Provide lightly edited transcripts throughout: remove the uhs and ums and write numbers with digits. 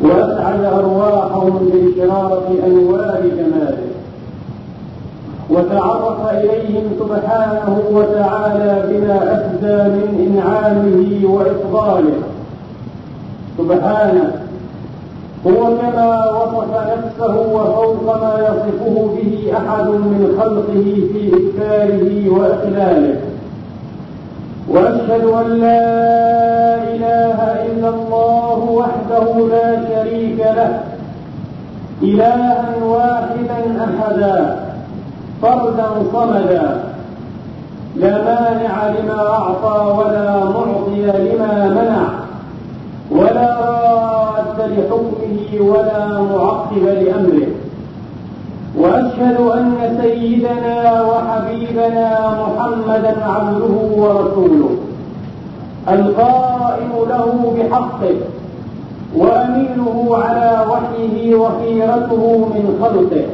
وأسعد أرواحهم بإشرارة أنوار جماله، وتعرف إليهم سبحانه وتعالى بما أفدى من إنعامه وإفضاله. سبحانه هو كما وصف نفسه وفوق ما يصفه به أحد من خلقه في إذكاره وإخلاله. وأشهد أن لا إله إلا الله وحده لا شريك له، إلها واحدا أحدا فردا صمدا، لا مانع لما أعطى ولا معطي لما منع، ولا راد لحكمه ولا معقب لأمره. وأشهد أن سيدنا وحبيبنا محمدا عبده ورسوله، القائم له بحقه وأمينه على وحيه وخيرته من خلقه،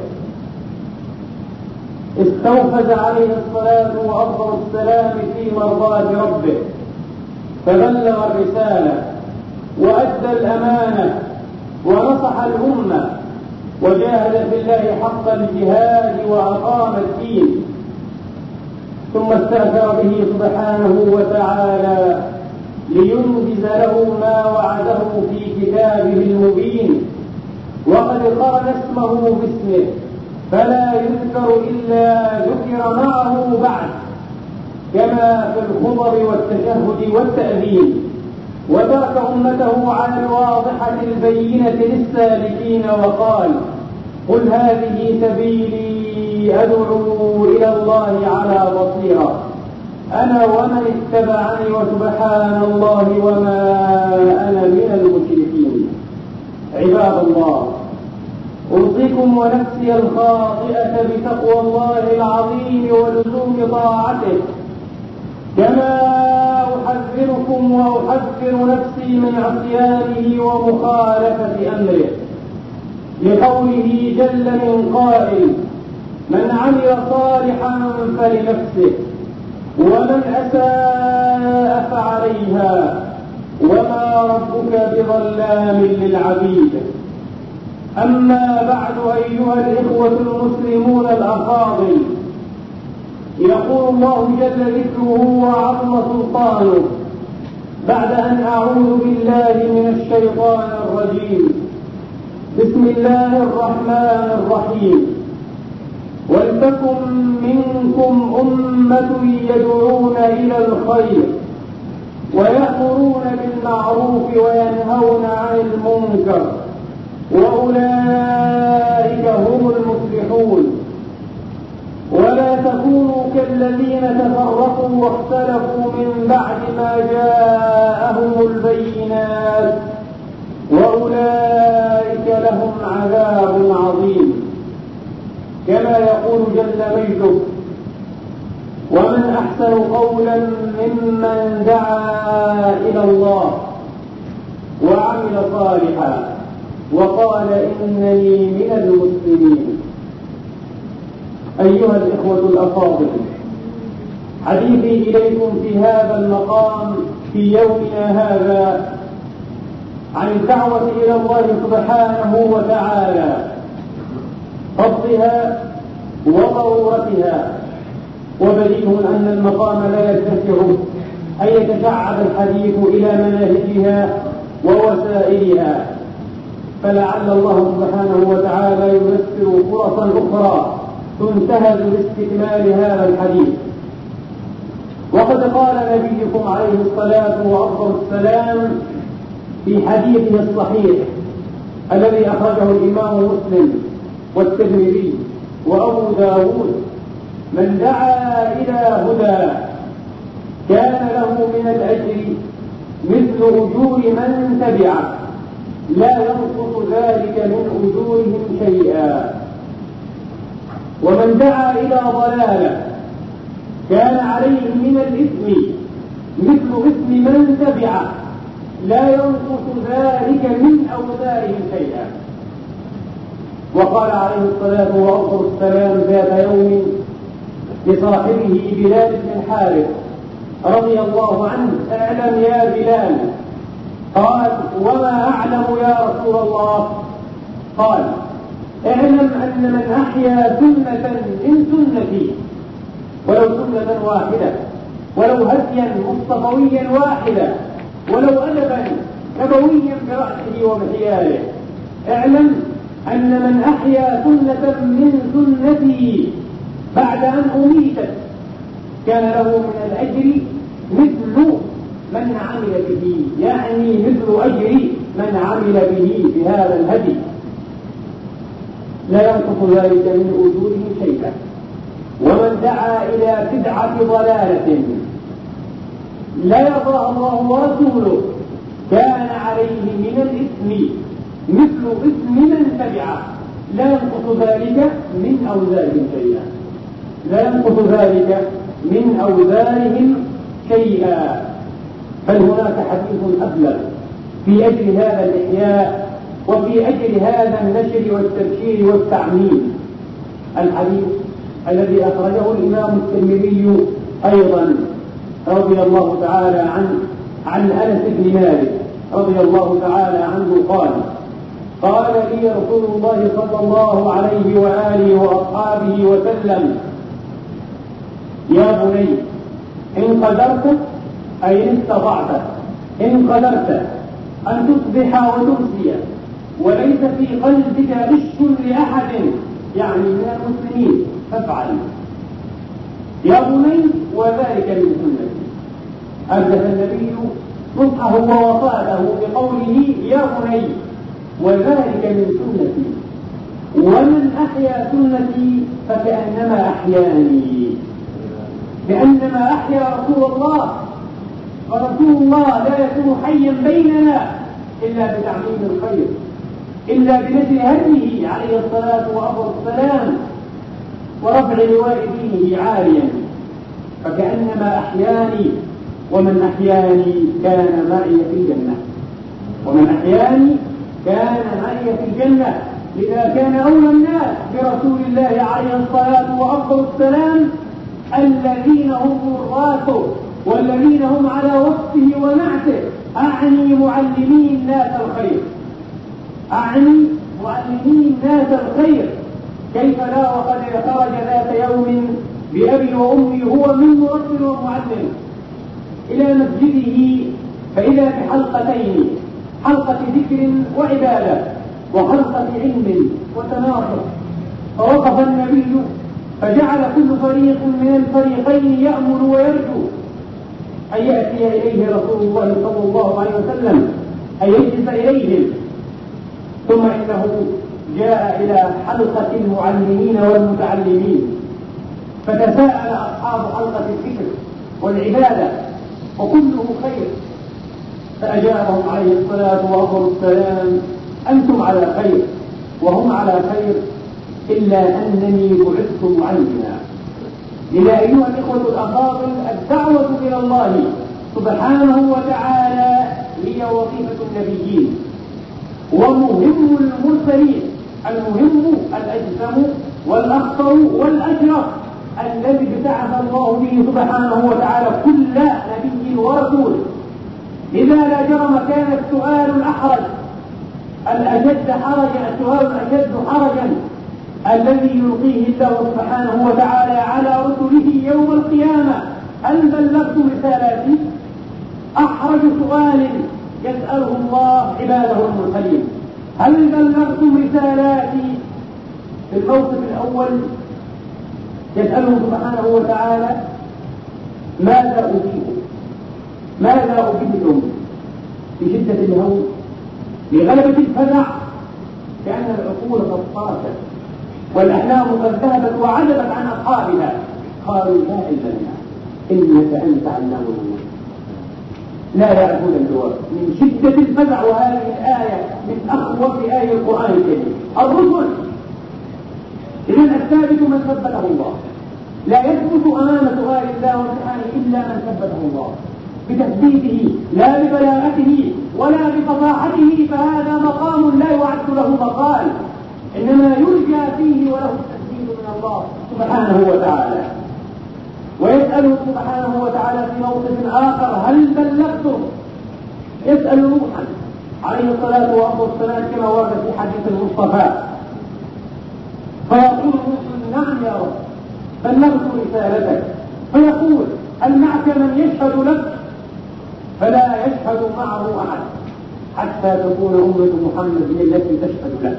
استوفز عليه الصلاة وأفضل السلام في مرضاة ربه، فبلغ الرسالة وأدى الأمانة ونصح الأمة، وجاهد في الله حق الجهاد وأقام الدين، ثم استأثر به سبحانه وتعالى لينجز له ما وعده في كتابه المبين. وقد قرن اسمه باسمه فلا يذكر إلا ذكر معه بعد، كما في الخطب والتشهد والتأذين، وترك أمته على الواضحة البينة للسالكين وقال: قل هذه سبيلي أدعو إلى الله على بصيرة أنا ومن اتبعني وسبحان الله وما أنا من المشركين. عباد الله، أوصيكم ونفسي الخاطئة بتقوى الله العظيم ولزوم طاعته، كما أحذركم وأحذر نفسي من عصيانه ومخالفة أمره، لقوله جل من قائل: من عمل صالحا فلنفسه ومن أساء فعليها وما ربك بظلام للعبيد. أما بعد، أيها الإخوة المسلمون الأفاضل، يقول الله جل ذكره وعظم سلطانه بعد أن أعوذ بالله من الشيطان الرجيم: بسم الله الرحمن الرحيم. ولتكن منكم أمة يدعون إلى الخير ويأمرون بالمعروف وينهون عن المنكر وأولئك هم المفلحون. ولا تكونوا كالذين تفرقوا واختلفوا من بعد ما جاءهم البينات وأولئك لهم عذاب عظيم. كما يقول جل مجده: ومن أحسن قولا ممن دعا إلى الله وعمل صالحا وقال إنني من المسلمين. أيها الإخوة الأفاضل، حديثي إليكم في هذا المقام في يومنا هذا عن الدعوة إلى الله سبحانه وتعالى، فضلها وضرورتها. وبديهٌ أن المقام لا يستطيع أن يتشعب الحديث إلى مناهجها ووسائلها، فلعل الله سبحانه وتعالى ييسر فرصا أخرى تنتهز لاستكمال هذا الحديث. وقد قال نبيكم عليه الصلاة وأفضل السلام في حديثه الصحيح الذي أخرجه الإمام مسلم والترمذي وأبو داود: من دعا إلى هدى كان له من الأجر مثل أجور من تبعه لا ينقص ذلك من أجورهم شيئا. ومن دعا إلى ضلالة كان عليه من الإثم مثل إثم من تبعه لا ينقص ذلك من أوزارهم شيئا. وقال عليه الصلاة والسلام ذات يوم لصاحبه بلال بن حارث رضي الله عنه: اعلم يا بلال قال: وما أعلم يا رسول الله؟ قال: اعلم أن من أحيا سنة من سنتي، ولو سنة واحدة، ولو هديا مصطفويا واحدا، ولو أدبا نبويا برأسه ومحياله، اعلم أن من أحيا سنة من سنتي بعد أن أميتت كان له من الأجر مثل من عمل به، يعني مثل أجر من عمل به بهذا الهدي، لا ينقص ذلك من أجوره شيئا. ومن دعا إلى بدعة ضلالة لا يرضاها الله ورسوله كان عليه من الإثم مثل إثم من تبعه، لا ينقص ذلك من أوزارهم شيئا، لا ينقص ذلك من أوزارهم شيئا. بل هناك حديث أبلغ في أجل هذا الإحياء وفي أجل هذا النشر والتبشير والتعميم. الحديث الذي أخرجه الإمام الترمذي أيضا رضي الله تعالى عنه عن أنس بن مالك رضي الله تعالى عنه قال لي رسول الله صلى الله عليه وآله وأصحابه وسلم: يا بني، إن قدرت أي إن استطعت، إن قدرت أن تصبح وتمسي وليس في قلبك غش لأحد يعني من المسلمين فافعل. يا بني، وذلك من سنتي. أردف النبي نصحه ووصاته بقوله: يا بني، وذلك من سنتي، ومن أحيا سنتي فكأنما أحياني، كأنما أحيا رسول الله. ورسول الله لا يكون حيا بيننا إلا بتعليم الخير، إلا بنشر هديه عليه الصلاة والسلام ورفع لواء دينه عاليا، فكأنما أحياني، ومن أحياني كان معي في الجنة، ومن أحياني كان معي في الجنة. لذا كان أولى الناس برسول الله عليه الصلاة والسلام الذين هم وراثه والذين هم على وصفه ونعته، أعني معلمي الناس الخير، أعني معلمي الناس الخير. كيف لا وقد خرج ذات يوم بأبي وأمي هو من مربي ومعلم إلى مسجده، فإذا بحلقتين، حلقة ذكر وعبادة وحلقة علم وتناصر. فوقف النبي فجعل كل فريق من الفريقين يأمل ويرجو أن يأتي إليه رسول الله صلى الله عليه وسلم، أن يجلس إليهم. ثم إنه جاء إلى حلقة المعلمين والمتعلمين، فتساءل أصحاب حلقة الذكر والعبادة وكله خير، فأجابهم عليه الصلاة والسلام: أنتم على خير وهم على خير، إلا أنني بعثت معلما. لذا أيها الإخوة الأفاضل، الدعوة إلى الله سبحانه وتعالى هي وظيفة النبيين ومهم المرسلين، المهم الأجسم والأخطر والأشرف الذي ابتعث الله به سبحانه وتعالى كل نبي ورسول. لذا لا جرم كان السؤال الأحرج الأشد حرجا، السؤال الأشد حرجا الذي يلقيه الله سبحانه وتعالى على رسله يوم القيامة: هل بلغتم رسالاتي؟ أحرج سؤال يسأله الله عباده المرسلين: هل بلغتم رسالاتي؟ في الموقف الأول يسأله سبحانه وتعالى: ماذا أجيب؟ ماذا أجبتم؟ في شدة الهول، لغلبة الفزع، كأن العقول قد طاشت والأحلام قد ذهبت وعجبت عن أصحابها. قالوا: لا علم لنا إنك أنت علام الغيوب. لا يعرفون الجواب من شدة الفزع. وهذه الآية من أخوف آية القرآن الكريم. الرسل إذن الثابت من ثبته الله، لا يثبت أمام سؤال الله وامتحانه إلا من ثبته الله بتثبيته، لا ببلاغته ولا بفصاحته، فهذا مقام لا يعد له مقال، إنما يرجى فيه وله التثبيت من الله سبحانه وتعالى. ويسأله سبحانه وتعالى في موقف آخر: هل بلغتم؟ يسأل نوحا عليه الصلاة والسلام كما ورد في حديث المصطفى، فيقول نوح: نعم يا رب، بلغت رسالتك. فيقول: هل معك من يشهد لك؟ فلا يشهد معه أحد حتى تكون أمة محمد هي التي تشهد له.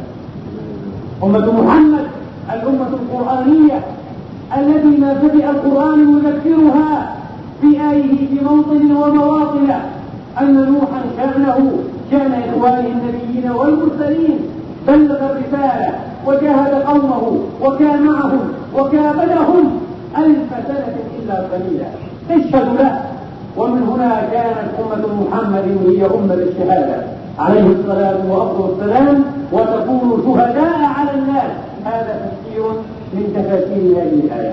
أمة محمد الأمة القرآنية التي ما بدأ القرآن يذكرها في آيه في موطن ومواطن أن نوحا شأن إخوانه النبيين والمرسلين بلغ الرسالة وجاهد قومه وكان معهم وكابدهم 1000 سنة إلا قليلا تشهد له. ومن هنا كانت أمة محمد هي أمة الشهادة عليه الصلاة والسلام، وتكون شهداء على الناس. هذا تفسير من تفاسير هذه الآية.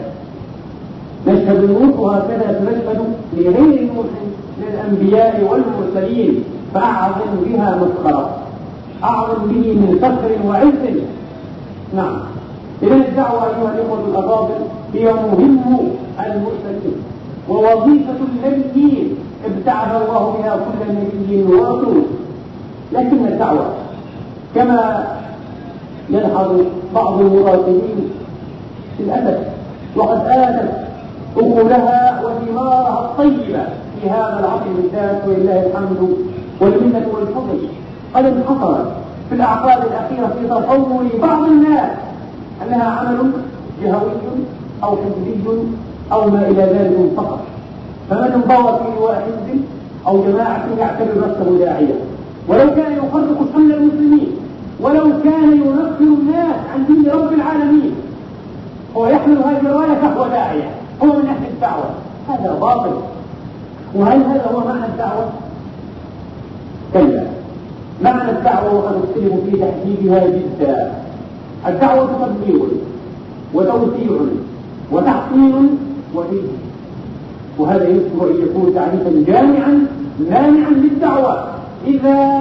نشهد نوح وهكذا نشهد لغير نوح من الأنبياء والمرسلين، فأعظم بها مسخرة، أعظم به من فخر وعز. نعم، إذا الدعوة أيها الإخوة الأفاضل هي مهم المرسلين ووظيفة النبيين ابتعث الله بها كل نبي ورسول. لكن الدعوة كما يلحظ بعض المراقبين للأسف وقد آتت أكلها وثمارها الطيبة في هذا العصر بالذات، ولله الحمد والمنة والفضل، قد انحصرت في الأعقاب الأخيرة في تصور بعض الناس أنها عمل جهوي أو حزبي أو ما إلى ذلك فقط. فمن انضوى في لواء حزب أو جماعة يعتبر نفسه داعية، ولو كان يفرق شمل المسلمين، ولو كان ينفر الناس عن دين رب العالمين، هو يحمل هذه الراية فهو داعية، هو من أهل الدعوة. هذا باطل. وهل هذا هو معنى الدعوة؟ كلا، معنى الدعوة وقد اختلف في تحديدها جدا. الدعوة تبليغ وتوسيع وتحصين وتجديد، وهذا يمكن أن يكون تعريفا جامعا مانعا للدعوة إذا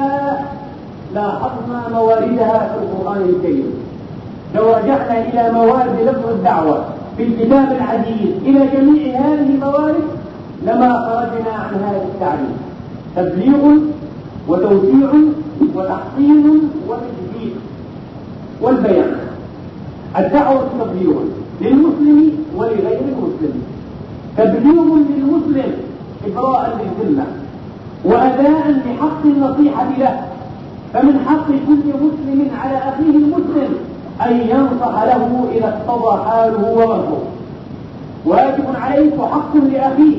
لاحظنا مواردها في القرآن الكريم. لو رجعنا إلى موارد لفظ الدعوة في الكتاب العزيز إلى جميع هذه الموارد لما خرجنا عن هذا التعريف: تبليغ وتوسيع وتحصين وتجديد والبيان. الدعوة تبليغ للمسلم ولغير المسلم، تبليغ للمسلم إبراء للذمة وأداء لحق النصيحة له. فمن حق كل مسلم على أخيه المسلم أن ينصح له إذا اقتضى حاله ووجهه. واجب عليك وحق لأخيك،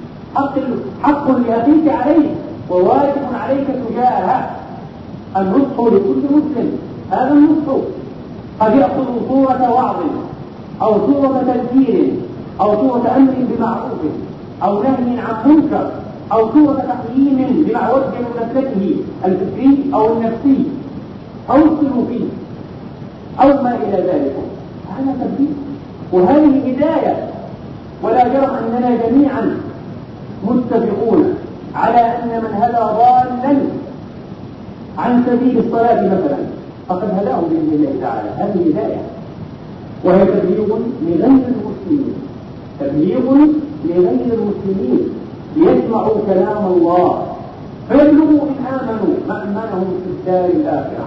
حق لأخيك عليك، وواجب عليك تجاهه النصح لكل مسلم. هذا النصح قد يأخذ صورة وعظ أو صورة تذكير أو صورة أمر بمعروف أو نهي عن منكر أو صورة تقييم بما وجه مسلكه الفكري أو النفسي أو السلوكي أو ما إلى ذلك. هذا تبليغ وهذه هداية. ولا جرم أننا جميعا متفقون على أن من هدى ضالا عن سبيل الصلاة مثلا فقد هداه بإذن الله تعالى. هذه هداية، وهي تبليغ لغير المسلمين، تبليغ لغير المسلمين ليسمعوا كلام الله فيبلغوا إن آمنوا مأمنهم في الدار الآخرة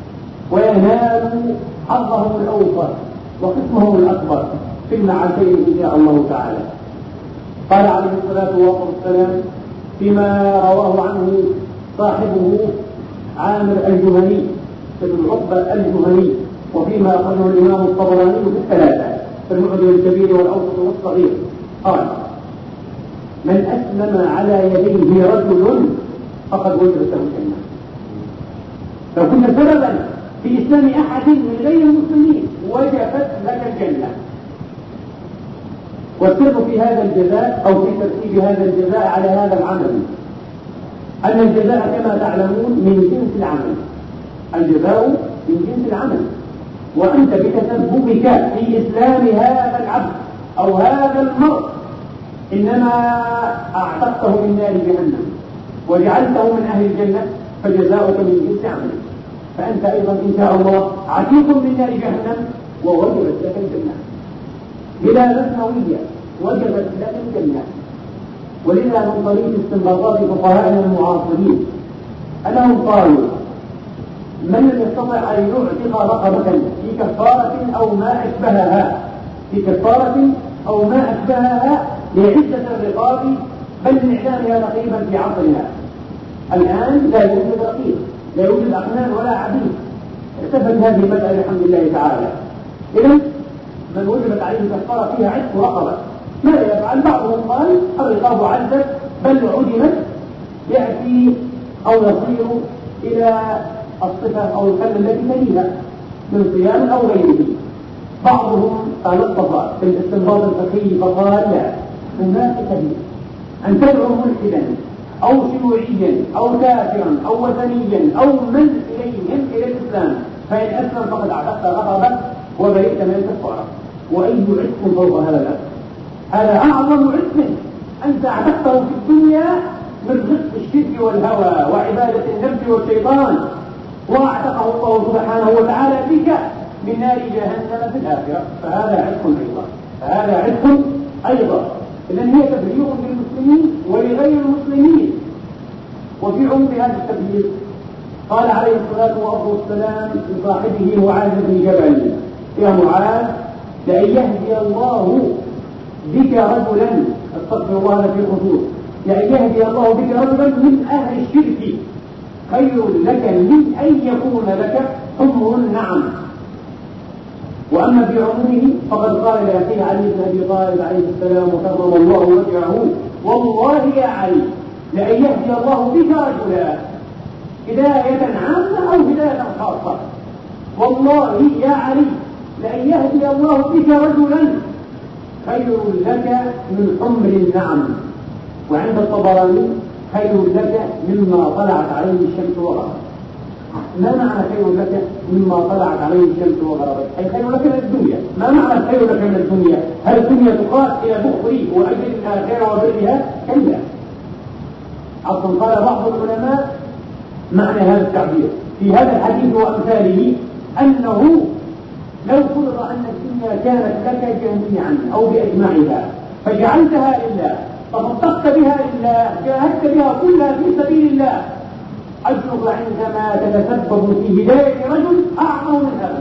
وينالوا حظهم الأوفر وقسمهم الأكبر في المعاشين إن شاء الله تعالى. قال عليه الصلاة والسلام فيما رواه عنه صاحبه عامر الجهني بن عقبة الجهني، وفيما أخرجه الإمام الطبراني في الثلاثة في المعجم الكبير والأوسط والصغير، قال: من أسلم على يديه رجل فقد وجبت له الجنة. لو كنت سببا في إسلام أحد من غير المسلمين وجبت لك الجنة. والسر في هذا الجزاء أو في ترتيب هذا الجزاء على هذا العمل أن الجزاء كما تعلمون من جنس العمل. الجزاء من جنس العمل، وأنت بتسببك في إسلام هذا العبد أو هذا المرء إنما أعتقته من نار جهنم وجعلته من أهل الجنة، فجزاؤك من جنس عملك. فأنت أيضا إن شاء الله عتيق من نار جهنم ووجبت لك الجنة بلا مثنوية، وجبت لك الجنة. ولذا من طريق استنباطات فقهائنا المعاصرين أنهم قالوا من لم يستطع أن يعتق رقبة في كفارة أو ما أشبهها لعدة الرقاب بل لإعلانها رقيبا في عصرنا. الآن لا يوجد رقيب، لا يوجد أقنان ولا عبيد، اختفت هذه المسألة الحمد لله تعالى. إذن من وجبت عليه كفارة فيها عتق رقبة ماذا يفعل؟ بعضهم قال الرقاب عدت بل عدمت، يأتي أو يصير إلى الصفة أو الحل التي تليها من صيام أو غيره. بعضهم لطف في الاستنباط الفقهي فقال لا، الناس كثير أن تدعو ملحدا أو شيوعيا أو كافرا أو وثنيا أو من إليهم إلى الإسلام، فإن أسلم فقد اعتقت رقبة وبرئت من الكفارة. وأي عتق فوق هذا العتق؟ هذا أعظم عتق أنت اعتقته في الدنيا من رزق الشرك والهوى وعبادة النفس والشيطان، واعتقه الله سبحانه وتعالى بك من نار جهنم في الآخرة، فهذا عتق أيضا. إذن هي تبليغ للمسلمين ولغير المسلمين. وفي عمق هذا التبليغ قال عليه الصلاة والسلام لصاحبه معاذ بن جبل: يا معاذ، لأن يهدي الله بك رجلا، استغفر الله في خصوص، لأن يهدي الله بك رجلا من أهل الشرك خير لك من أن يكون لك حمر النعم. وأما في عمره فقد قال لأخيه علي بن أبي طالب عليه السلام وكرم الله وجهه: والله يا علي لأن يهدي الله بك رجلا، هداية عامة أو هداية خاصة، والله يا علي لأن يهدي الله بك رجلا خير لك من حمر النعم. وعند الطبراني: خير لك مما طلعت عليه الشمس وغربت. ما معنى خير لك مما طلعت عليه الشمس وغربت؟ أي خير لك من الدنيا. ما معنى خير لك من الدنيا؟ هل الدنيا تقاس إلى بخل وأجل الآخرة وبرها؟ كلا. أصلا قال بعض العلماء معنى هذا التعبير في هذا الحديث وأمثاله أنه لو فرض أن الدنيا كانت لك جميعا أو بأجمعها فجعلتها لله، تصدقت بها لله، جاهدت بها كلها في سبيل الله، أجرك عندما تتسبب في هداية رجل أعظم من هذا.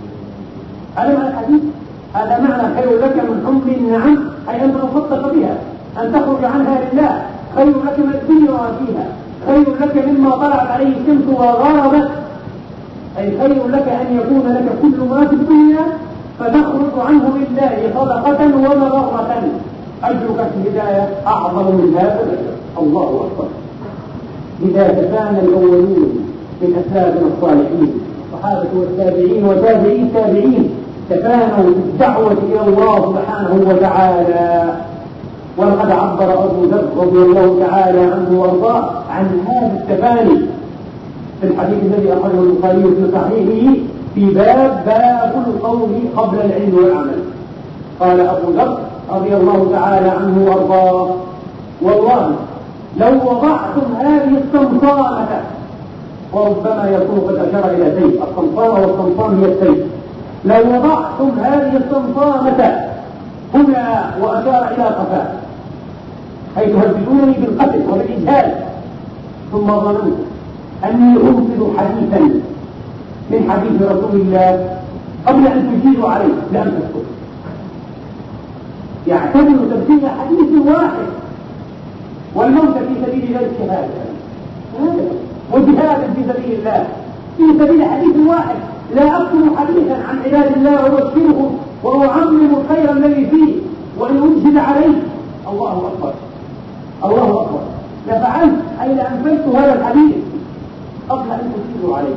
هذا معنى الحديث، هذا معنى خير لك من حمر النعم، أي أن تصدق بها، أن تخرج عنها لله، خير لك من الدنيا وما فيها، خير لك مما طلعت عليه الشمس وغربت، أي خير لك أن يكون لك كل ما في الدنيا فتخرج عنه لله صدقة ومغرة، أجرك في الهداية أعظم من هذا الأجر. الله أكبر. إذا تفانى الأولون من أسلافنا الصالحين الصحابة والتابعين وتابعي التابعين تفانوا بالدعوة إلى الله سبحانه وتعالى، ولقد عبر أبو ذر رضي الله تعالى عنه وارضاه عن هذا التفاني في الحديث الذي أخرجه البخاري في صحيحه في باب القول قبل العلم والعمل. قال أبو ذر رضي الله تعالى عنه وارضاه: والله لو وضعتم هذه الصمصامة، وربما يكون قد أشار إلى سيف، الصمصامة والصمصام هي السيف، لو وضعتم هذه الصمصامة هنا وأشار إلى قفاه، أي تهددونني بالقتل وبالإجهال، ثم ظننت أني أنفذ حديثا من حديث رسول الله قبل أن تجيروا عليه لأن تسكت. يعتبر تبديل حديث واحد والموت في سبيل الله الشهادة وجهادا في سبيل الله في سبيل حديث واحد. لا أكتم حديثا عن عباد الله وأبشرهم وأعمم الخير الذي فيه وأن أنشد عليه. الله أكبر، الله أكبر. لفعلت أي لأنفذت هذا الحديث قبل أن تشيروا عليه.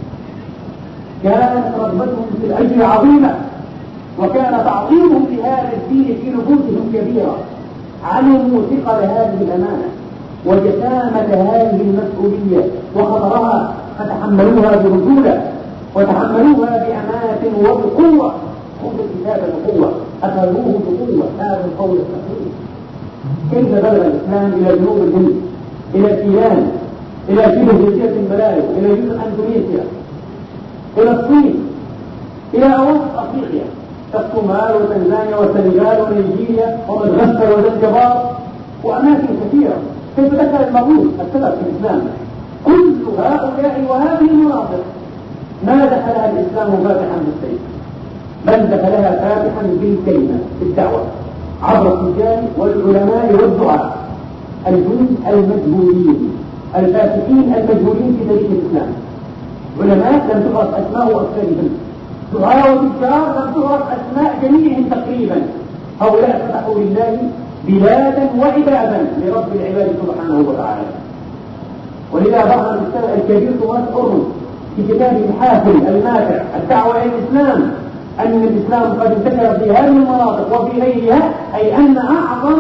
كانت رغبتهم في الأجر عظيمة، وكان تعظيمهم لهذا الدين في نفوسهم كبيرة. علموا ثقل هذه الأمانة وجسامة هذه المسؤولية وخطرها، فتحملوها برجولة وتحملوها بأمانة وبقوة. خذ الكتاب بقوة، أخذوه بقوة. هذا القول الصحيح. كيف بلغ الإسلام إلى جنوب الهند، إلى الإيران، إلى شبه جزيرة الملايو، إلى جزر أندونيسيا، إلى الصين، إلى أوسط أفريقيا كالصومال وتنزانيا والسنغال ونيجيريا ومدغشقر وزنجبار وأماكن كثيرة. كيف دخل المغول السبب في الإسلام؟ كل هؤلاء وهذه المناطق ما دخلها الإسلام فاتحا بالسيف، بل دخلها فاتحا بالكلمة، بالدعوة، عبر التجار والعلماء والدعاء الجند المجهولين، الفاتحين المجهولين في تاريخ الإسلام. علماء لم تعرف أسماء أكثرهم، دعاء وتجار لم تعرف أسماء جميعهم تقريبا. هؤلاء فتحوا لله بلادا وعبادا لرب العباد سبحانه وتعالى. ولذا ظهر الكبير توماس أورنز في كتابه الحافل الماتع الدعوة إلى الإسلام أن الإسلام قد انتشر في هذه المناطق وفي غيرها، أي أن أعظم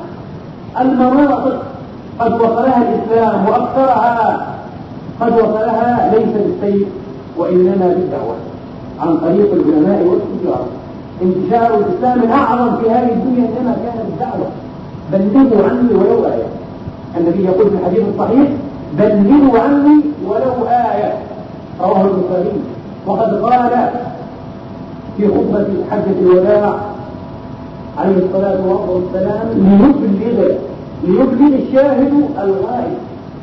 المناطق قد وصلها الإسلام وأكثرها قد وصلها ليس بالسيف وإنما بالدعوة عن طريق العلماء والتجار. انتشار الإسلام الأعظم في هذه الدنيا إنما كان بالدعوة. بلغوا عني ولو آية، النبي يقول في الحديث الصحيح بلغوا عني ولو آية، رواه البخاري. وقد قال في خطبة حجة الوداع عليه الصلاة والسلام ليبلغ الشاهد الغائب،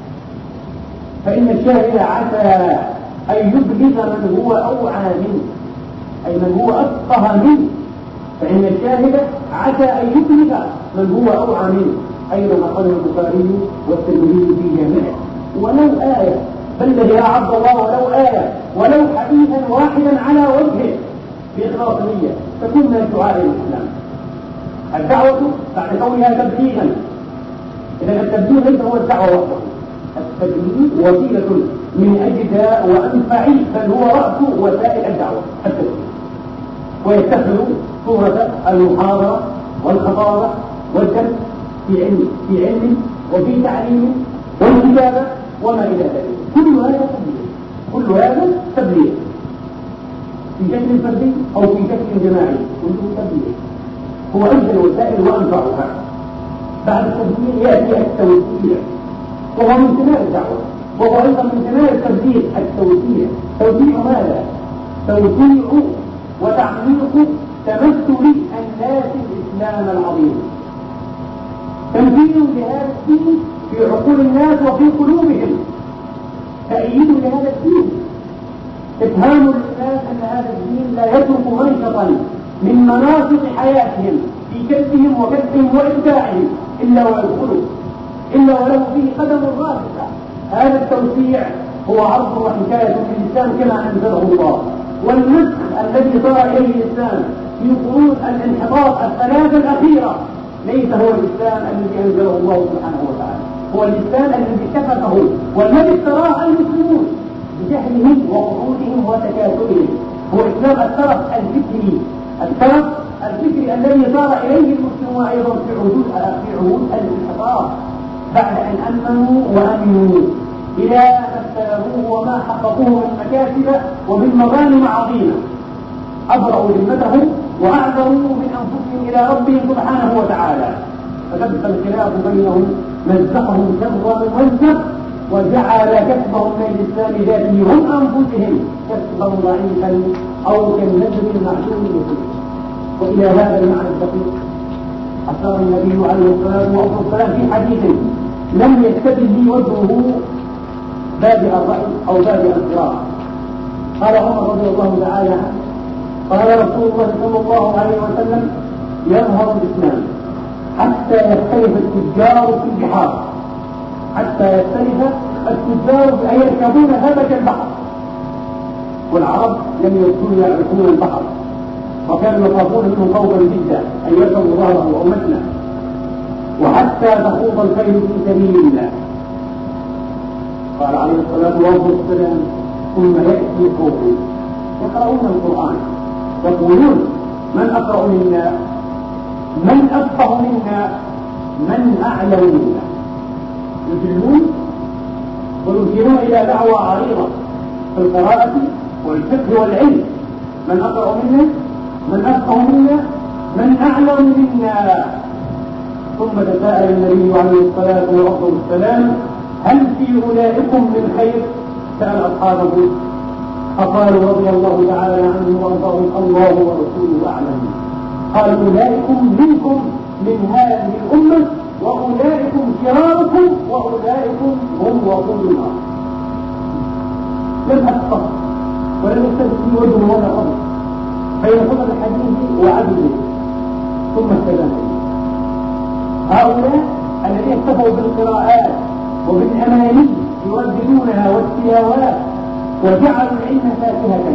فإن الشاهد عسى أن يبلغ من هو أوعى منه، أي من هو أفقه منه، فإن الشاهد عسى أن يبلغ من هو أوعى منه. أيضا أخرجه البخاري والترمذي في جامعه. ولو آية، بلغ يا عبد الله ولو آية، ولو حديثا واحدا على وجهه بإخلاص نية، تكون من الدعاء الإسلام. الدعوة بعد كونها تبليغا، إذا التبليغ ليس هو الدعوة وحده، التبليغ وسيلة من أجدى وأنفع، بل هو رأس وسائل الدعوة التبليغ، ويتخذ صورة المحاضرة والخطابة والدرس في علم وفي تعليم والكتابة وما إلى ذلك. كل هذا تبليغ في شكل فردي أو في شكل جماعي، كله تبليغ، هو أجل الوسائل وأنفعها. بعد التبليغ يأتي التوسيع، وهو من ثمار الدعوة، وهو أيضا من ثمار التبليغ التوسيع. توسيع ماذا؟ توسيع وتعميق تمثل الناس الإسلام العظيم، تمثيل لهذا الدين في عقول الناس وفي قلوبهم، تأييد لهذا الدين، إفهام للناس أن هذا الدين لا يترك منشطا من مناطق حياتهم في كسبهم وكسبهم وإبداعهم إلا ويدخله، إلا وله فيه قدم راسخة. هذا التوسيع هو عرض وحكاية للإسلام كما أنزله الله، والنسخ الذي صار إليه الإسلام في قرون الانحطاط الثلاثة الأخيرة ليس هو الإسلام الذي أنزله الله سبحانه وتعالى، هو الإسلام الذي كفته والذي اشتراه المسلمون بجهلهم وقعودهم وتكاسلهم. هو إسلام الترف الفكري الذي صار إليه المسلمون أيضا في عهود الانحطاط بعد أن أمنوا وأمنوا إلى ما استلموه وما حققوه من مكاسب ومن مغانم عظيمة، أبرأوا ذمتهم وأعذروا من أنفسهم إلى ربهم سبحانه وتعالى، فتبقى الخلاف بينهم مزقهم شر من مزق، وجعل كسبهم من الإسلام ذاته هم أنفسهم كسبا ضعيفا أو كالنجم المعشوم مثله. وإلى هذا المعنى الدقيق أشار النبي عليه الصلاة والسلام في حديث لم يستبد لي وجهه بادئ الرأي أو بادئ القراءة. قال عمر رضي الله تعالى عنه قال رسول الله صلى الله عليه وسلم يظهر الإسلام حتى يختلف التجار في البحار، حتى يختلف التجار أن يركبون هبك البحر، والعرب لم يكونوا يعرفون البحر وكانوا يخافون منه خوفا جدا أن يركبوا ظهره أو متنه، وحتى تخوض الخيل في سبيل الله. قال عليه الصلاة والسلام ثم يأتي قوم يقرؤون القرآن يقولون من أقرأ منا، من أفقه منا، من أعلم منا، يجلون ويشيرون إلى دعوة عريضة في القراءة والفقه والعلم، من أقرأ منا، من أفقه منا، من أعلم منا. ثم تساءل النبي عليه الصلاة والسلام هل في أولئكم من خير؟ سأل أصحابه فقالوا رضي الله تعالى عنه وارضاهم الله ورسوله أعلم. قال أولئكم منكم من هذه الأمة وأولئكم شراركم وأولئكم هم وقود النار. يبحث الصبر ولم يستبد في وجهه ولا قبل بين خطب الحديث وعدله ثم السلام. هؤلاء الذين اكتفوا بالقراءات وبالأماني يرددونها والتلاوات وجعلوا العلم فاكهة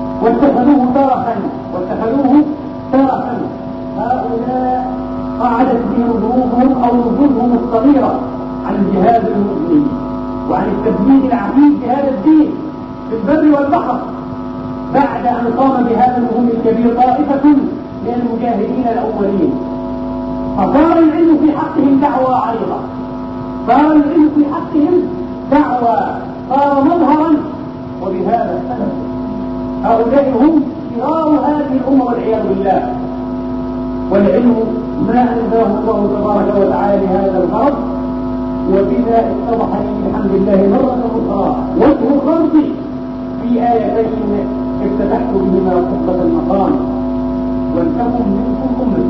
واتخذوه ترفا هؤلاء قعدت بهم ظروفهم أو نفوسهم الصغيرة عن جهاد المؤمنين وعن التبليغ العفيف بهذا الدين في البر والبحر بعد أن قام بهذا المهم الكبير طائفة من المجاهدين الأولين. فصار العلم في حقهم دعوة عريضة، صار العلم في حقهم دعوة، صار مظهرا. وبهذا السبب هؤلاء هم شرار هذه الأمة والعياذ بالله. والعلم ما أنزله الله تبارك وتعالى لهذا الغرض، وبذا اتضح لي بحمد الله مرة أخرى وجه الخلق في آيتين افتتحت بهما خطبة المقام. ولتكن منكم أمة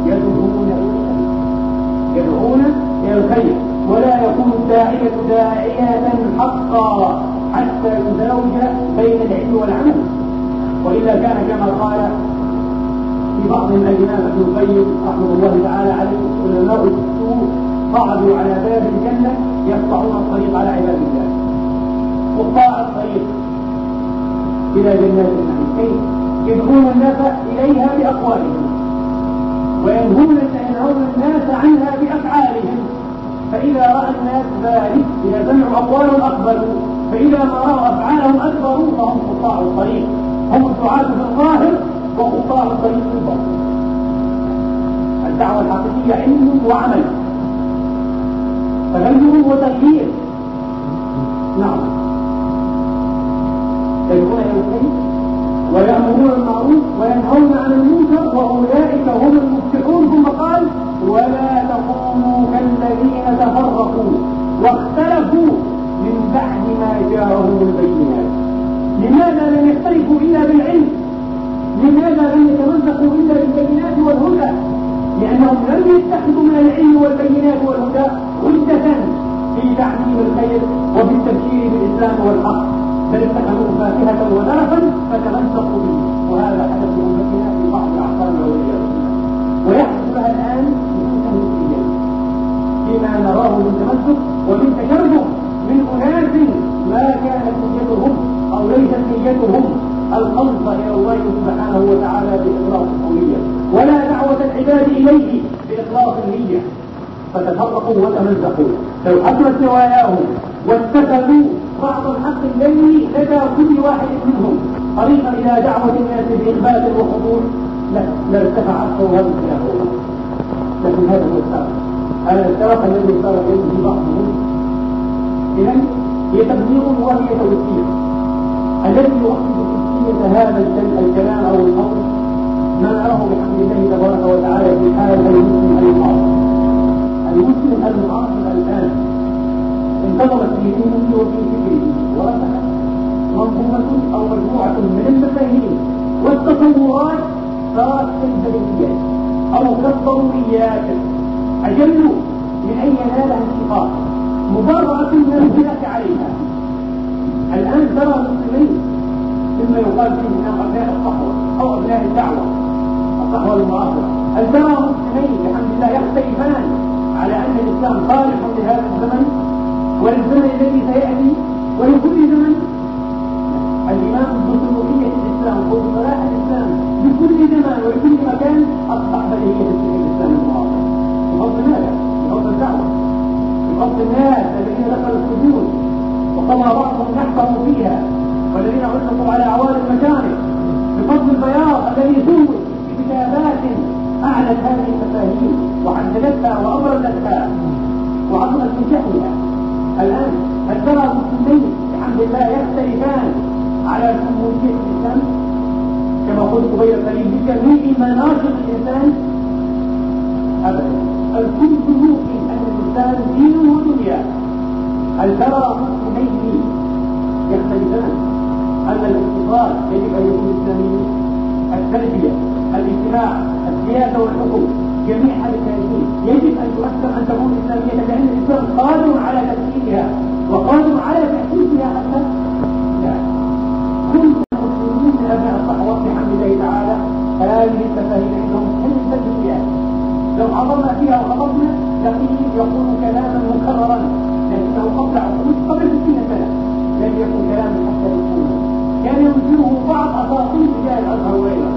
يدعون إلى الخير ولا يكون الداعية داعية حقا حتى يزاوج بين العلم والعمل، وإلا كان كما قال في بعض الأجنان ابن القيم رحمه الله تعالى عليه: علماء السوء صعدوا على باب الجنة يقطعون الطريق على عباد الله. قطاع الطريق إلى جنات النعيم كيف يدعون الناس إليها بأقوالهم وينهون الناس عنها بأفعالهم، فإذا رأى الناس ذلك إذا سمعوا أقوالهم أقبلوا، فإذا ما رأوا أفعالهم أكبروا، فهم قطاع الطريق، هم الدعاة في الظاهر وقطاع الطريق في الباطن. الدعوة الحقيقية علم وعمل، تغير وتغيير. نعم، يدعون إلى الخير ويأمرون بالمعروف وينهون عن المنكر وأولئك هم المفلحون. ثم قال: ولا تكونوا كالذين تفرقوا واختلفوا من بعد ما جاءهم البينات. لماذا لم يختلفوا إلا بالعلم؟ لماذا لم يتمسكوا إلا بالبينات والهدى؟ لأنهم لم يتخذوا من العلم والبينات والهدى حجة في تعليم الخير وفي التبشير بالإسلام والحق، بل اتخذوه فاكهة وترفا فتمسكوا به. وهذا حدث أمتنا في بعض الأعصار والعياذ بالله، ويحدث لها الآن فيما نراه من تمسك ومن تجرب من أناس ما كانت نيتهم أو ليست نيتهم الخلص إلى الله سبحانه وتعالى بإخلاص القوية، ولا دعوة العباد إليه بإخلاص النية، فتفرقوا وتمزقوا. لو حصلت نواياهم واتخذوا بعض الحق الذي لدى كل واحد منهم طريقا إلى دعوة الناس بإخبات وحضور لارتفع أكثر هذا الخلاف. لكن هذا هو السبب، هذا السبب الذي صار فيه بعضهم. إذن هي تبليغ وهي توثيق. الذي يؤكد تسمية هذا الكلام أو القول ما نراه بحمد الله تبارك وتعالى في حال المسلم المعاصر. المسلم المعاصر الآن انتظرت في دينه وفي فكره ورسخت منظومة أو مجموعة من المفاهيم والتصورات صارت كالبديهيات أو كالضروريات أجل من أن ينالها انتقاص مبررة من الخلاف عليها. الآن ترى المسلمين مما يقال فيه انهم ابناء الصحوه او ابناء الدعوه، الصحوه المعاصره، هل ترى مسلمين بحمد الله يختلفان على ان الاسلام صالح لهذا الزمن وللزمن الذي سياتي ولكل زمن؟ الامام بسلوكيه الاسلام وبصلاح الاسلام لكل زمان ولكل مكان اصبح بديهيه في الاسلام المعاصر. بفضل ماذا؟ بفضل الدعوه، بفضل الناس الذين دخلوا السجون وقضى بعضهم نحبه فيها، والذين علقوا على عوالي المكارم، بفضل البياض الذي سوي بكتابات اعلت هذه المفاهيم وحددتها وابرزتها وعظمت من شأنها. الان هل ترى المسلمين بحمد الله يختلفان على شمولية الاسلام كما قلت قبيل قليل بجميع مناطق الانسان؟ ابدا، الكل يوقن ان الانسان دين ودنيا. هل ترى مسلمين يختلفان أن الاقتصاد يجب أن يكون إسلامي، التربية، الاجتماع، السياسة والحكم، جميع هذه الكيانات يجب أن تؤثر أن تكون إسلامية، لأن الإسلام قادر على تسييرها وقادر على تحديثها حتى بها. كل المسلمين أبناء الصحوة بحمد الله تعالى هذه التفاهيم عندهم حلم الدنيا، لو حضرنا فيها وخطبنا لقيل يقول كلاما مكررا لكنه قبل عقود قبل 60 سنة لم يكن كلاما حتى يكون كان ينزله بعض أساطير رجال الأزهر وغيره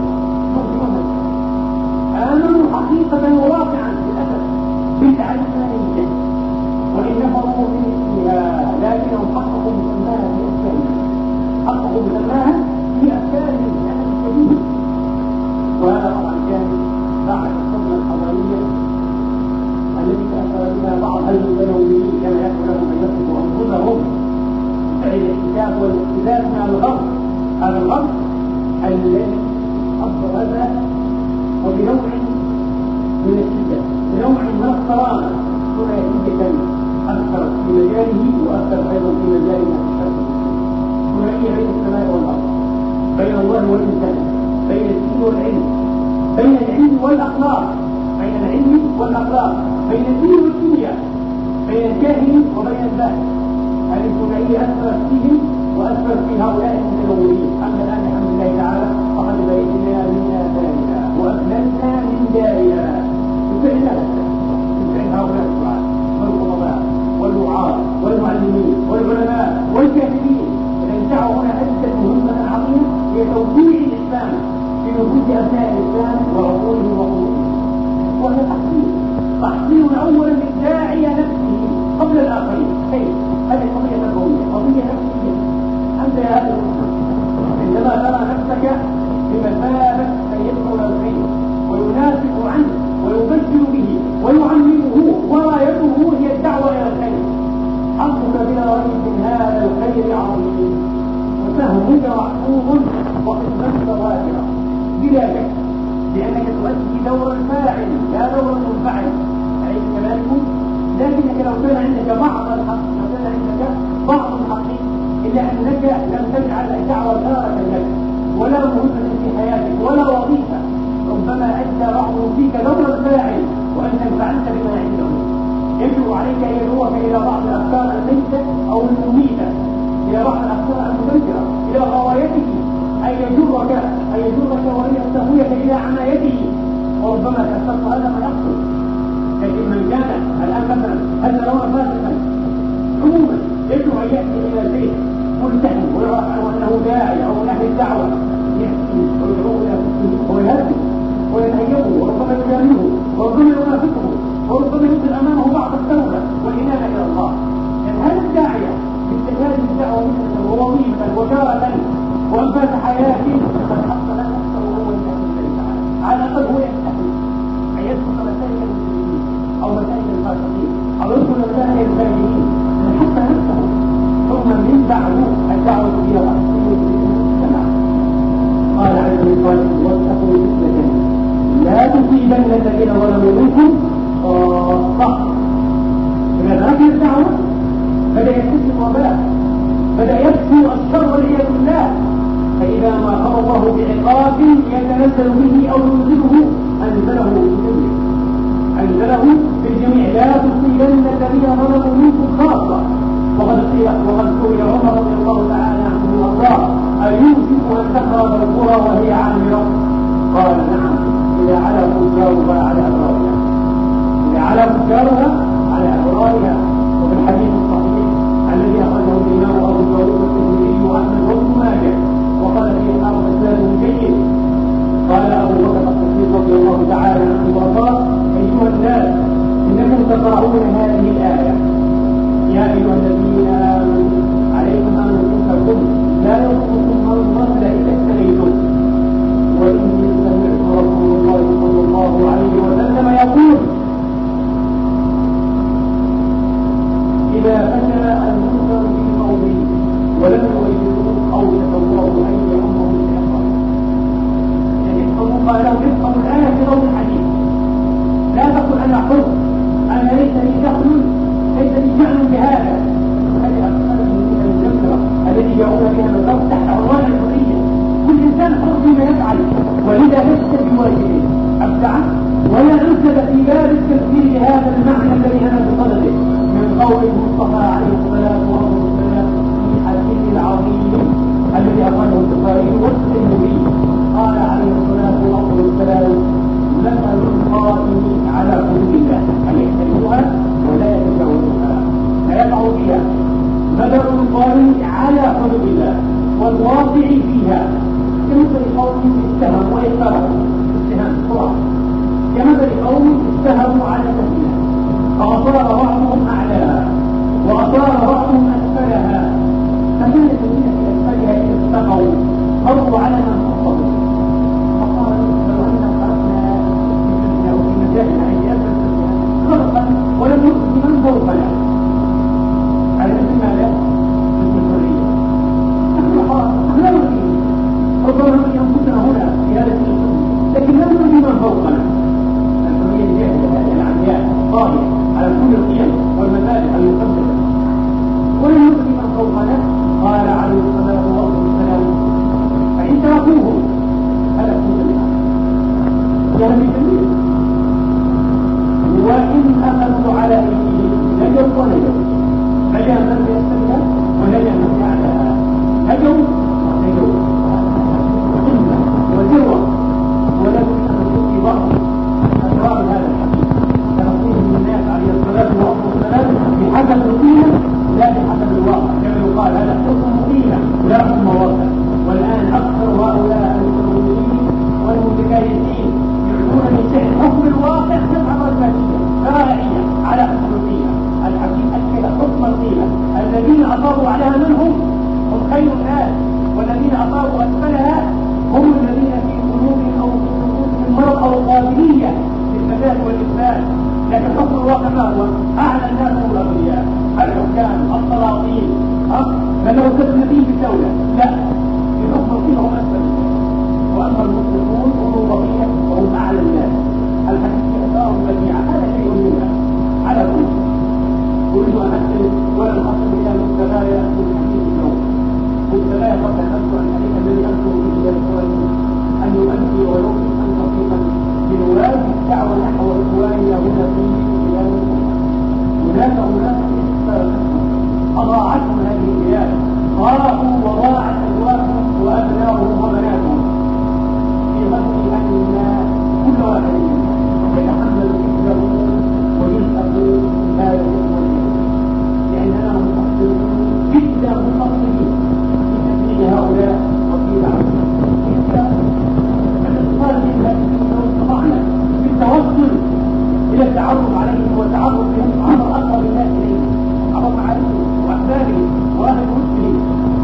آمنوا حقيقة وواقعا للأسف بدعة ثانية وإن نفروا في مثلها لكنهم حققوا مسماها في أفكارهم، حققوا مسماها في أفكارهم للأسف الشديد. وهذا طبعا كان بعد الصدمة الحضارية التي تأثر بها بعض البدويين كما يقول لهم أن يصفوا أنفسهم فعل الاحتكاك والاقتداء مع الغرب. هذا الغرب الذي أبرز وبنوع من الشدة بنوع من الصرامة ثنائية أكثر في مجاله وأكثر أيضا في مجالنا في الشرق ثنائية بين السماء والأرض، بين الله والإنسان، بين الدين والعلم، بين العلم والأخلاق، بين العلم والأخلاق، بين الدين والدنيا، بين الجاهل وبين الباحث. هذه الثنائية أثرت فيهم وأثرت في هؤلاء المتنورين. أما الآن الحمد لله تعالى فقد بينا من آثارها وأكملنا من دارها بفعل هؤلاء الدعاة والخطباء والوعاظ والمعلمين والعلماء والكاتبين الذين دعوا هنا أدت مهمة عظيمة هي توزيع الإسلام في نفوس أبناء الإسلام وعقولهم وقلوبهم. وهي تحصيل أولا للداعية نفسه قبل الآخرين. كيف؟ هذه قضية تربوية، قضية نفسية. أنت يا أهل الأسرة عندما ترى نفسك بمثابة من يدخل الخير وينافق عنه ويبشر به ويعلمه ورايته هي الدعوة إلى الخير، حظك بلا ريب من هذا الخير عظيم وسهمك محفوظ وقسمتك واسعة بلا شك، لأنك تؤدي دور الفاعل لا دور المنفعل. أليس كذلك؟ لكنك لو كان عندك بعض الحق إلا أنك لم تجعل الدعوة تارة لك ولا مهمة في حياتك ولا وظيفة، ربما أدى بعضهم فيك دور الفاعل وأنت انفعلت بما عنده. يجب عليك أن يدعوك إلى بعض الأفكار الميتة أو المميتة، إلى بعض الأفكار المدمرة، إلى غوايته، أن يجرك وأن يستهويك إلى عنايته. وربما تأثرت هذا ما يحصل. لكن من كان الآن مثلا هذا لون فاسقا عموما يجب أن يأتي إلى البيت ملتحم ويعرف عنه أنه داعي أو من أهل الدعوة، يأتي ويدعوه ويهدي ويتهيئه وربما يجامله وربما ينافقه وربما ينزل أمامه بعض التوبة والإنابة إلى الله. لأن هذا الداعية باستخدام الدعوة مثلا ووظيفة وجارة وأنفاس حياة قد حصل نفسه وهو يستحي الله تعالى. على الأقل هو يستحي أن يدخل مسائل المسلمين أو مسائل الفاسقين أو يدخل مسائل الفاجرين حتى نفسه، ثم من بعد الدعوة إلى الأصل والسماع. قال عز وجل واتقوا فتنة لا تصيبن الذين ظلموا منكم خاصة. إذا تركنا الدعوة بدأ يكتسب الوباء، بدأ يكثر الشر والعياذ بالله. فإذا ما أمر الله بعقاب يتنزل به أو ينزله أنزله بالجميع لا تصيبن الذين ظلموا منكم خاصة. وقد سئل عمر رضي الله تعالى عنه وارضاه أيوشك أن تخرج القرى وهي عامرة؟ قال نعم إذا علا فجارها على أبرارها، إذا علا فجارها على أبرارها. وفي الحديث الصحيح الذي أخرجه الإمام أبو داود والترمذي وأحمد وابن ماجه وقال فيه حافظ إسناده جيد، قال أبو بكر الصديق رضي الله تعالى عنه وارضاه أيها الناس إنكم تقرؤون هذه الآية يا أيها الذين آمنوا عليكم أنفسكم لا يضركم من ضل إذا اهتديتم. وإني سمعت رسول الله صلى الله عليه وسلم يقول إذا فشل المنكر في قومه ولم يوجدوه أو يتصوروا أن يأمروا بأمره. يعني قال له افهم الآية في ضوء الحديث، لا تقل أنا حر، أنا ليس لي دخل، ليس لي شأن بهذا. هذه أفكار المجمرة التي جاءونا بها من الضغط تحت عنوان الحرية. كل إنسان حر فيما يفعل، ولذا ليس بواجبه أبدع ولا أنسب في باب التفسير لهذا المعنى الذي أنا بصدده من قول المصطفى عليه الصلاة والسلام في حديث العظيم وصف المبين. قال عليه الصلاة والسلام: مثل القائم على حدود الله أن يحترمها ولا يتجاوزها لا يقع فيها. مثل القائم على حدود الله والواقع فيها كمثل قوم اتهموا ويقترفوا اتهام صراحة، كمثل قوم اتهموا على سفينة فأصاب بعضهم أعلاها وأصاب بعضهم أسفلها، فكان الذين في أسفلها إذا اتقوا مروا على من خطبوا فقال: لو أن خلقنا في مجالنا عند أسفل السفينة خلقا ولم نؤت من فوقنا على اسم ماذا؟ اسم الحرية. نحن لا نؤتي ربما نؤتي أنفسنا هنا في هذا السجن، لكن لا نؤتي من فوقنا. الحرية الجاهلة العمياء طاغية على كل القيم والمبادئ المقدسة ولم نؤتي من فوقنا. قال عليه الصلاة والسلام: فإن تركوه هلكوا جميعا جهل جميل، وإن أخذوا على أيديهم نجوا ونجوا، نجا من يستمع ونجا من يعلى، نجوا ونجوا وقمة وذروة. ولكن نؤتي بعض أسرار هذا الحديث كنصيب من الناس عليه الصلاة والسلام بحسب القيمة لا بحسب الواقع، كما يقال هذا حكم قيمة لا حكم واقع. والآن أكثر هؤلاء المتمولين والمتكايسين يعلمون من شأن حكم الواقع نفعة المادية راعية على حكم القيمة. الحكيم أكد حكم القيمة: الذين أصابوا عليها منهم هم خير الناس، والذين أصابوا أسفلها هم الذين في قلوبهم أو في نفوسهم مرض أو قابلية للفساد والإفساد. لكن حكم الواقع ما هو؟ أعلى الناس هم الأغنياء، الحكام، السلاطين، من لو تسلمين في الدولة، لا، في حكم القيمة هم أسفل، وأما المسلمون هم البقية وهم أعلى الناس. الحديث أثار بديعة، هذا شيء منها على كل. أريد أن أسأل ولا أصل إلى مبتغايا من حديث اليوم. مبتغايا قبل أن أذكر الحديث الذي أذكر به إلى أن يؤدي ولو أن تطبيقا بنواب الدعوة نحو إخواننا هنا في بلاد هناك أضاعتهم هذه البلاد، ضاعوا وضاعت أزواجهم وأبناؤهم وبناتهم في ظن أن كل واحد يتحمل حفظه ويلحق هذا الإخوة، لأننا مقصرون جدا مقصرين في تبليغ هؤلاء وفي دعوتهم. الاتصال بها لو استطعنا بالتوصل إلى التعرف عليهم والتعرف بهم عبر أقرب الناس إليهم، عبر معارفهم وأحبابهم وأهل مسلمين،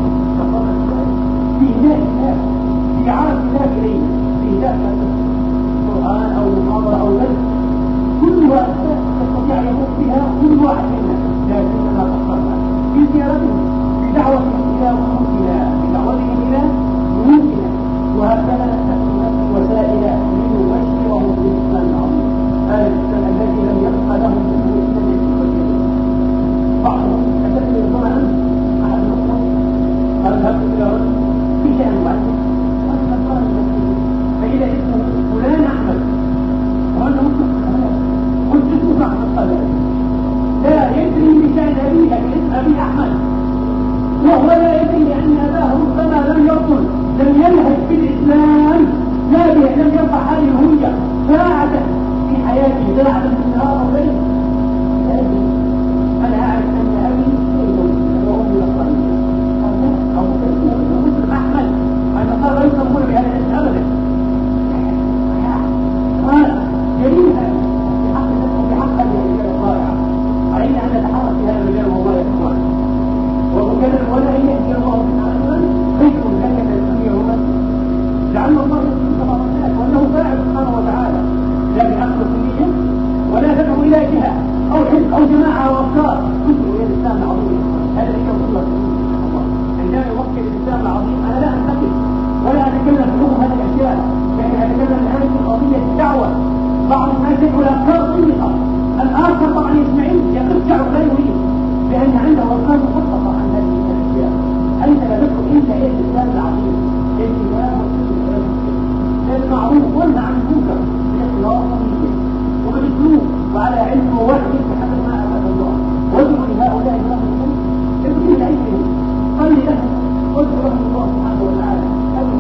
في هداية الناس، في عرض الناس إليهم، في هداية القرآن أو محاضرة أو درس، كلها أسباب تستطيع يموت بها كل واحد منا، لكننا قصرنا في زيارتهم، في دعوتهم إلى بيوتنا، في دعوتهم إلى بيوتنا، وهكذا نستخدم وسائل لنبشرهم بالإسلام العظيم، هذا الإسلام الذي لم يبق لهم منه إلا الإسلام. بعضهم تكلم كما أنت أحد المسلمين قال: ذهبت إلى رجل في شأن معين، قال: فإذا اسمه فلان أحمد، وأنه مسلم، قلت اسمه أحمد، قال: لا يدري بشأن أبيه باسم أبي أحمد، وهو لا يدري أن أباه ربما لم يرسل، لم يلهج في الإسلام، لم يرفع هذه الهوية ساعة في حياته، ساعة في النهار أو ليل. أنا أعرف أن أبي وأمي نصرانية، أو مسلم أحمد، النصارى لا يسمون بهذا الاسم أبدا. قال: جريمة بحق الرجال الضائعة، علينا أن نتحرك في هذا المجال والله يا إخوان، وكان ولا يهدي الله سبحانه خير لك من الدنيا وما لعل الله يسلمك بعض الناس وأنه فاعل سبحانه وتعالى، لا بحق الدنيا ولا تدعو إلى جهة أو حزب أو جماعة أو أفكار، تدعو إلى الإسلام العظيم. هذا اللي يقول الله عندما يوكل الإسلام العظيم. أنا لا أنتقد ولا أتكلم في حكم هذه الأشياء، لكن أتكلم الآن في قضية الدعوة. بعض الناس يقول أفكار طيبة، الآخر طبعا يسمعين يقطع لا يريد، لأن عنده أفكار مخططة عن هذه الأشياء. أنت لا تدعو إلا إلى الإسلام العظيم، الإسلام المعروف والنهي عن المنكر بإخلاص نية وبالأسلوب وعلى علم ووحي بحسب ما أراد الله. وادعو لهؤلاء المؤمنين ابني إليهم، صل لهم، وادعو لهم الله سبحانه وتعالى. هذه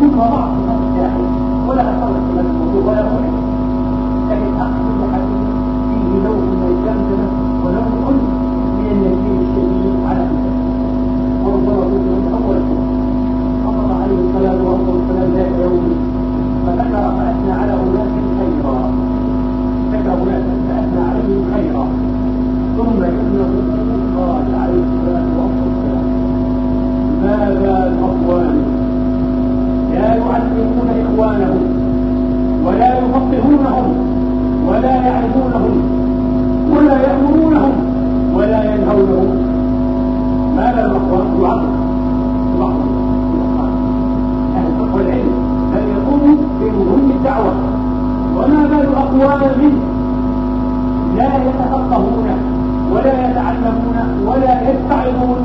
ينصحونهم ولا يعظونهم ولا يأمرونهم ولا ينهونهم. ما لا الأخوان يعظم بعض أهل الفقه والعلم أن يقوموا بمهم الدعوة، وما بال أقوام لا يتفقهون ولا يتعلمون ولا يتعظون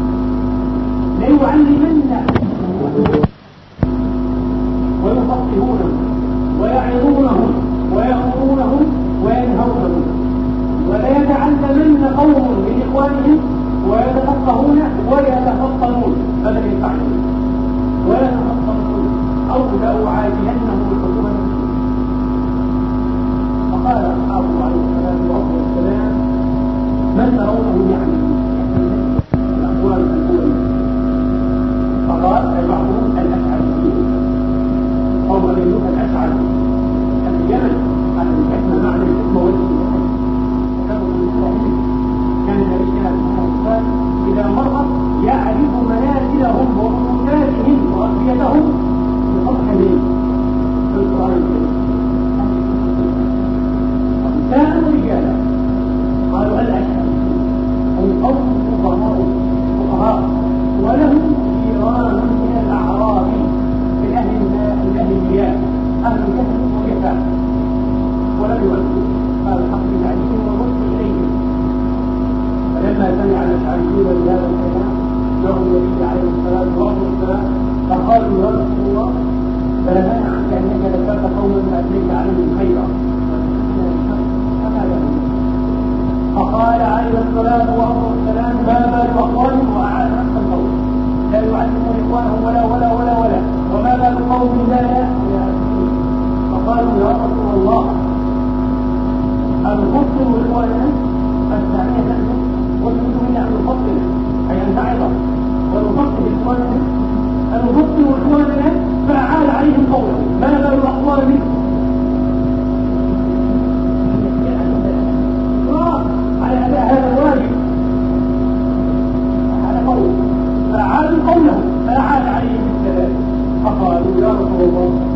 ليعلمن ويفقهونهم ويعظونهم ويأمرونهم وينهونهم، ولا يتعلمن قوم من إخوانهم ويتفقهون ويتفطنون بدل يفعلون ويتفطنون أو لأعادينهم الحكومة. فقال أصحابه عليه الصلاة والسلام: من ترونه يعني الأقوال الأولى؟ فقال بعضهم الأشعريين، قوم يملك الأشعري اليمن على الحكمة معنى الحكمة والإيمان. كان النبي عليه الصلاة والسلام إذا مر يعرف منازلهم ومنازلهم وأرضيتهم بفضحهم في القرآن الكريم. كانوا رجالا قالوا الأشعري هم قوم فقهاء ولهم جيران من الأعراب من أهل المياه أهل الكهف والكفاف ولم يؤدوا. قال الحق العليم ورد إليهم. فلما سمع الأشعريون بهذا الكلام جاءوا النبي عليه الصلاة والسلام فقالوا: يا رسول الله، بلغنا عنك أنك ذكرت قوما فأتيت عليهم خيرا، فقال عليه الصلاة والسلام: ما بال أقوام وأعاد نفس القول لا يعلمون إخوانهم ولا وما بال قوم لا يأتون. فقالوا: يا رسول الله، نفصل إخواننا الثانية ونريد منا أن نفصل أي أن تعظ ونفصل إخواننا أن نفصل إخواننا. فأعاد عليهم قوله: ما بال أقوام على هذا الواجب على قوله. فأعادوا قوله فأعاد عليهم الكلام. فقالوا: يا رسول الله،